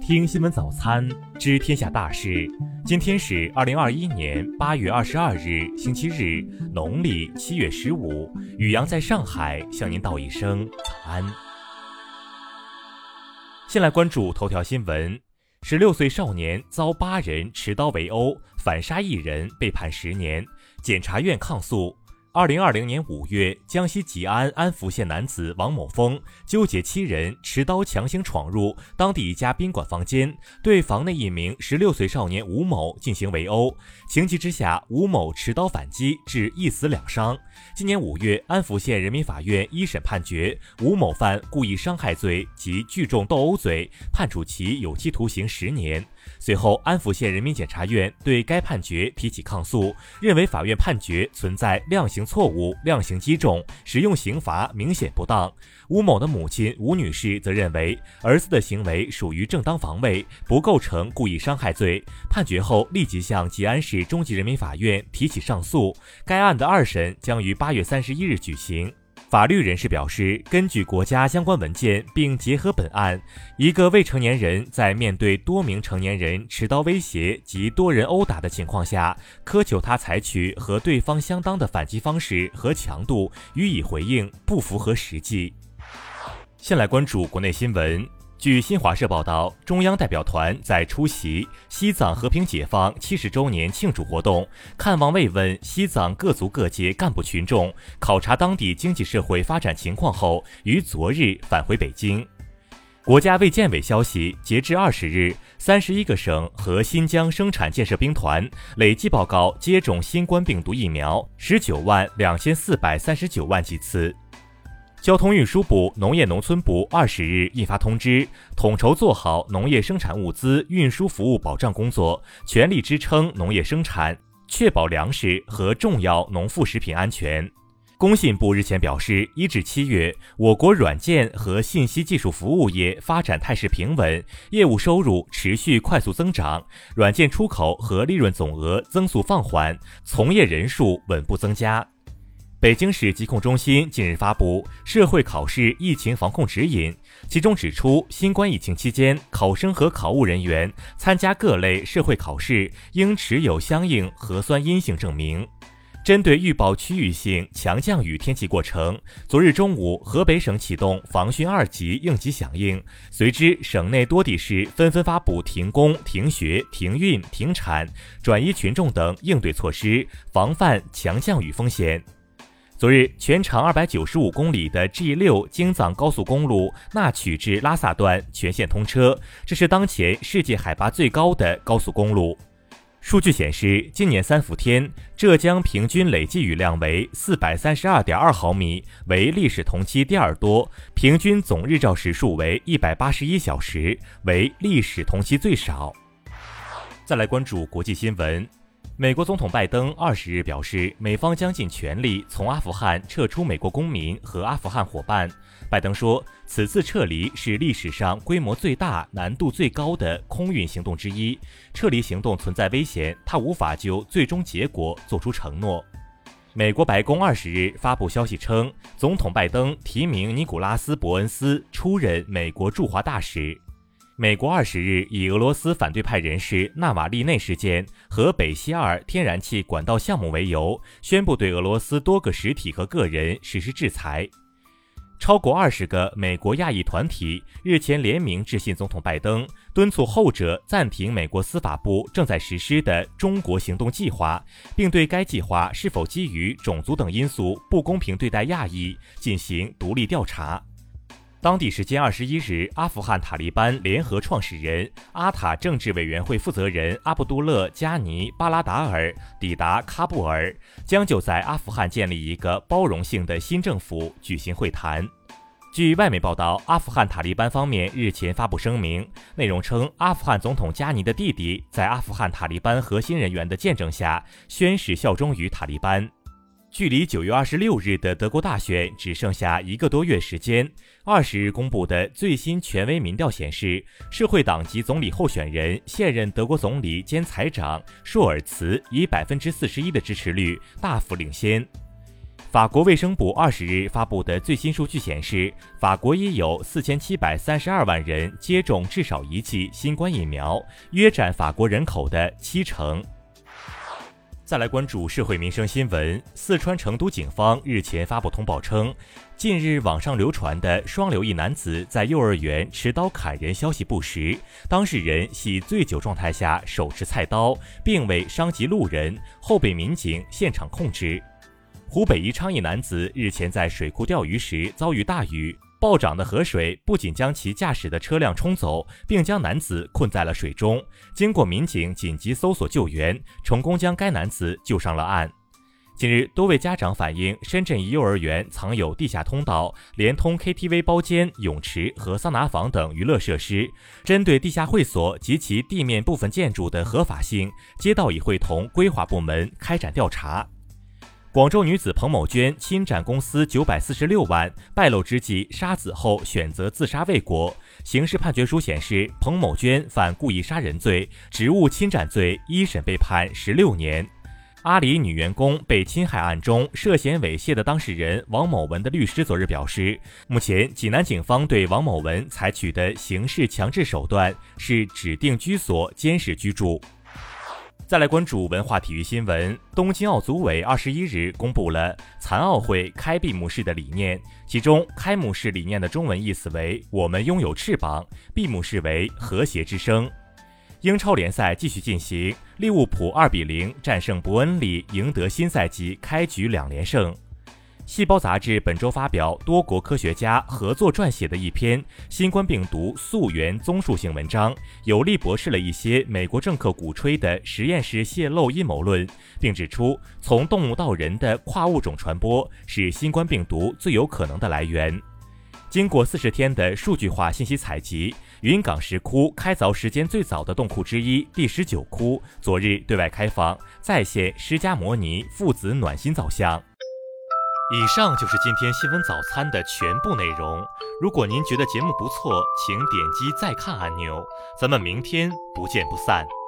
听新闻早餐，知天下大事。今天是2021年8月22日，星期日，农历7月15。宇阳在上海向您道一声早安。先来关注头条新闻：16岁少年遭8人持刀围殴，反杀1人被判10年，检察院抗诉。2020年5月，江西吉安安福县男子王某峰纠结7人持刀强行闯入当地一家宾馆房间，对房内一名16岁少年吴某进行围殴。情急之下，吴某持刀反击，致1死2伤。今年5月，安福县人民法院一审判决吴某犯故意伤害罪及聚众斗殴罪，判处其有期徒刑10年。随后，安福县人民检察院对该判决提起抗诉，认为法院判决存在量刑错误、量刑畸重，使用刑罚明显不当。吴某的母亲吴女士则认为，儿子的行为属于正当防卫，不构成故意伤害罪。判决后，立即向吉安市中级人民法院提起上诉。该案的2审将于8月31日举行。法律人士表示，根据国家相关文件并结合本案，一个未成年人在面对多名成年人持刀威胁及多人殴打的情况下，苛求他采取和对方相当的反击方式和强度予以回应，不符合实际。先来关注国内新闻。据新华社报道，中央代表团在出席西藏和平解放70周年庆祝活动，看望慰问西藏各族各界干部群众，考察当地经济社会发展情况后，于昨日返回北京。国家卫健委消息，截至20日，31个省和新疆生产建设兵团累计报告接种新冠病毒疫苗192439万剂次。交通运输部、农业农村部20日印发通知，统筹做好农业生产物资运输服务保障工作，全力支撑农业生产，确保粮食和重要农副食品安全。工信部日前表示，1至7月，我国软件和信息技术服务业发展态势平稳，业务收入持续快速增长，软件出口和利润总额增速放缓，从业人数稳步增加。北京市疾控中心近日发布社会考试疫情防控指引，其中指出，新冠疫情期间，考生和考务人员参加各类社会考试应持有相应核酸阴性证明。针对预报区域性强降雨天气过程，昨日中午，河北省启动防汛2级应急响应，随之省内多地市纷纷发布停工、停学、停运、停产、转移群众等应对措施，防范强降雨风险。昨日，全长295公里的 G6 京藏高速公路纳曲至拉萨段全线通车，这是当前世界海拔最高的高速公路。数据显示，今年3伏天，浙江平均累计雨量为 432.2 毫米，为历史同期第2多，平均总日照时数为181小时，为历史同期最少。再来关注国际新闻。美国总统拜登20日表示，美方将尽全力从阿富汗撤出美国公民和阿富汗伙伴。拜登说，此次撤离是历史上规模最大、难度最高的空运行动之一，撤离行动存在危险，他无法就最终结果做出承诺。美国白宫20日发布消息称，总统拜登提名尼古拉斯·伯恩斯出任美国驻华大使。美国20日以俄罗斯反对派人士纳瓦利内事件和北溪2天然气管道项目为由，宣布对俄罗斯多个实体和个人实施制裁。超过20个美国亚裔团体日前联名致信总统拜登，敦促后者暂停美国司法部正在实施的中国行动计划，并对该计划是否基于种族等因素不公平对待亚裔进行独立调查。当地时间21日，阿富汗塔利班联合创始人、阿塔政治委员会负责人阿卜杜勒·加尼·巴拉达尔抵达喀布尔，将就在阿富汗建立一个包容性的新政府举行会谈。据外媒报道，阿富汗塔利班方面日前发布声明，内容称阿富汗总统加尼的弟弟在阿富汗塔利班核心人员的见证下宣誓效忠于塔利班。距离9月26日的德国大选只剩下1个多月时间。20日公布的最新权威民调显示，社会党籍总理候选人、现任德国总理兼财长舒尔茨以41%的支持率大幅领先。 法国卫生部20日发布的最新数据显示，法国已有4732万人接种至少一剂新冠疫苗，约占法国人口的70%。再来关注社会民生新闻。四川成都警方日前发布通报称，近日网上流传的双流一男子在幼儿园持刀砍人消息不实，当事人系醉酒状态下手持菜刀，并未伤及路人，后被民警现场控制。湖北宜昌一男子日前在水库钓鱼时遭遇大雨，暴涨的河水不仅将其驾驶的车辆冲走，并将男子困在了水中。经过民警紧急搜索救援，成功将该男子救上了岸。近日，多位家长反映，深圳一幼儿园藏有地下通道，连通 KTV 包间、泳池和桑拿房等娱乐设施。针对地下会所及其地面部分建筑的合法性，街道已会同规划部门开展调查。广州女子彭某娟侵占公司946万，败露之际杀子后选择自杀未果。刑事判决书显示，彭某娟犯故意杀人罪、职务侵占罪，一审被判16年。阿里女员工被侵害案中涉嫌猥亵的当事人王某文的律师昨日表示，目前济南警方对王某文采取的刑事强制手段是指定居所监视居住。再来关注文化体育新闻。东京奥组委21日公布了残奥会开闭幕式的理念，其中开幕式理念的中文意思为我们拥有翅膀，闭幕式为和谐之声。英超联赛继续进行，利物浦2-0战胜伯恩利，赢得新赛季开局2连胜。细胞杂志本周发表多国科学家合作撰写的一篇新冠病毒溯源综述性文章，有力驳斥了一些美国政客鼓吹的实验室泄露阴谋论，并指出从动物到人的跨物种传播是新冠病毒最有可能的来源。经过40天的数据化信息采集，云冈石窟开凿时间最早的洞窟之一第19窟昨日对外开放，再现施加摩尼父子暖心造像。以上就是今天新闻早餐的全部内容。如果您觉得节目不错，请点击再看按钮。咱们明天不见不散。